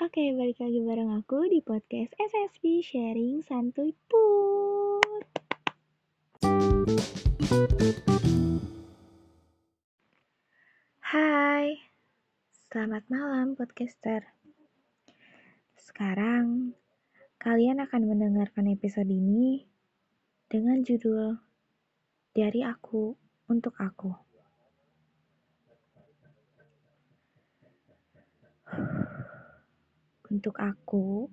Oke, balik lagi bareng aku di podcast SSB Sharing Santuy Put. Hai, selamat malam podcaster. Sekarang, kalian akan mendengarkan episode ini dengan judul Dari Aku Untuk Aku. Untuk aku,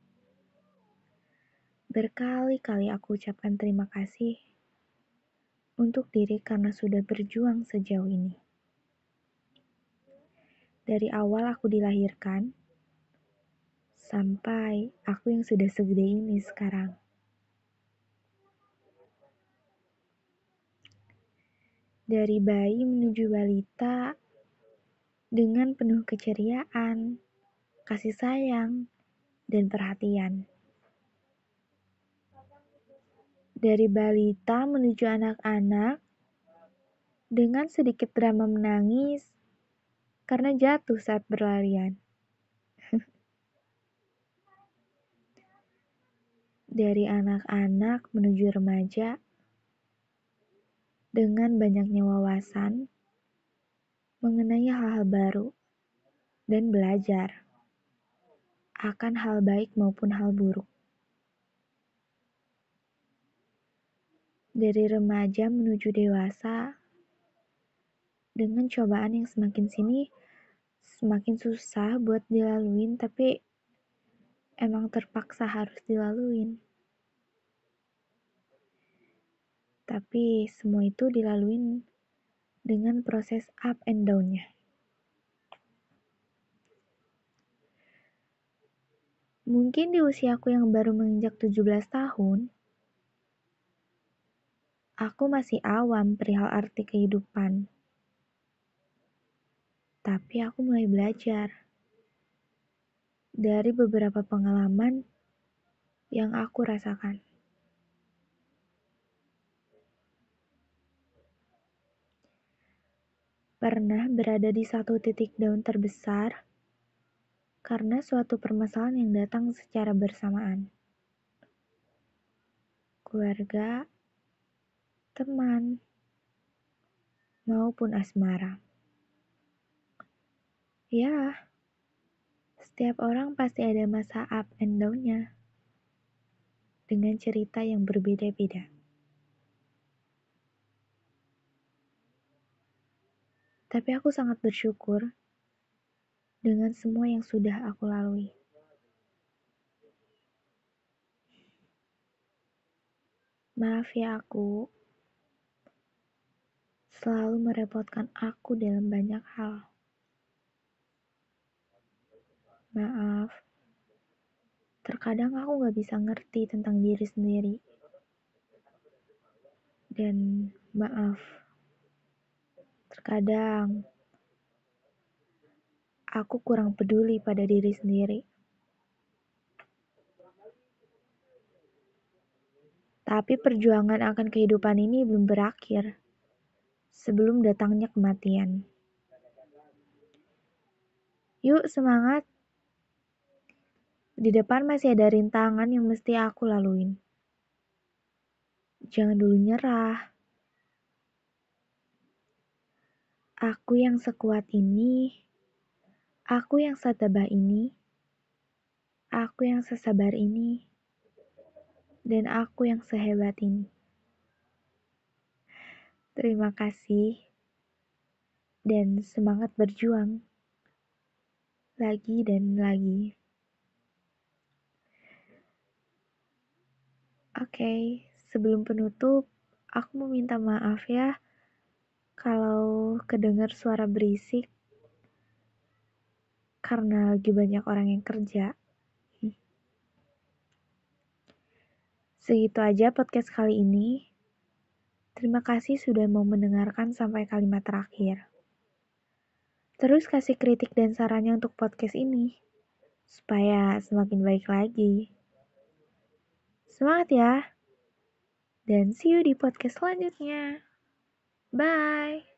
berkali-kali aku ucapkan terima kasih untuk diri karena sudah berjuang sejauh ini. Dari awal aku dilahirkan, sampai aku yang sudah segede ini sekarang. Dari bayi menuju balita, dengan penuh keceriaan, kasih sayang, dan perhatian. Dari balita menuju anak-anak, dengan sedikit drama menangis, karena jatuh saat berlarian. Dari anak-anak menuju remaja, dengan banyaknya wawasan, mengenai hal-hal baru, dan belajar akan hal baik maupun hal buruk. Dari remaja menuju dewasa, dengan cobaan yang semakin sini semakin susah buat dilaluin, tapi emang terpaksa harus dilaluin. Tapi semua itu dilaluin dengan proses up and down-nya. Mungkin di usiaku yang baru menginjak 17 tahun, aku masih awam perihal arti kehidupan. Tapi aku mulai belajar dari beberapa pengalaman yang aku rasakan. Pernah berada di satu titik down terbesar karena suatu permasalahan yang datang secara bersamaan. Keluarga, teman, maupun asmara. Ya, setiap orang pasti ada masa up and down-nya dengan cerita yang berbeda-beda. Tapi aku sangat bersyukur dengan semua yang sudah aku lalui. Maaf ya, aku selalu merepotkan aku dalam banyak hal. Maaf, terkadang aku gak bisa ngerti tentang diri sendiri. Dan maaf, terkadang aku kurang peduli pada diri sendiri. Tapi perjuangan akan kehidupan ini belum berakhir sebelum datangnya kematian. Yuk semangat. Di depan masih ada rintangan yang mesti aku laluin. Jangan dulu nyerah. Aku yang sekuat ini, aku yang setabah ini, aku yang sesabar ini, dan aku yang sehebat ini. Terima kasih, dan semangat berjuang. Lagi dan lagi. Oke, sebelum penutup, aku mau minta maaf ya kalau kedengar suara berisik karena lagi banyak orang yang kerja. Segitu aja podcast kali ini. Terima kasih sudah mau mendengarkan sampai kalimat terakhir. Terus kasih kritik dan sarannya untuk podcast ini, supaya semakin baik lagi. Semangat ya! Dan see you di podcast selanjutnya. Bye!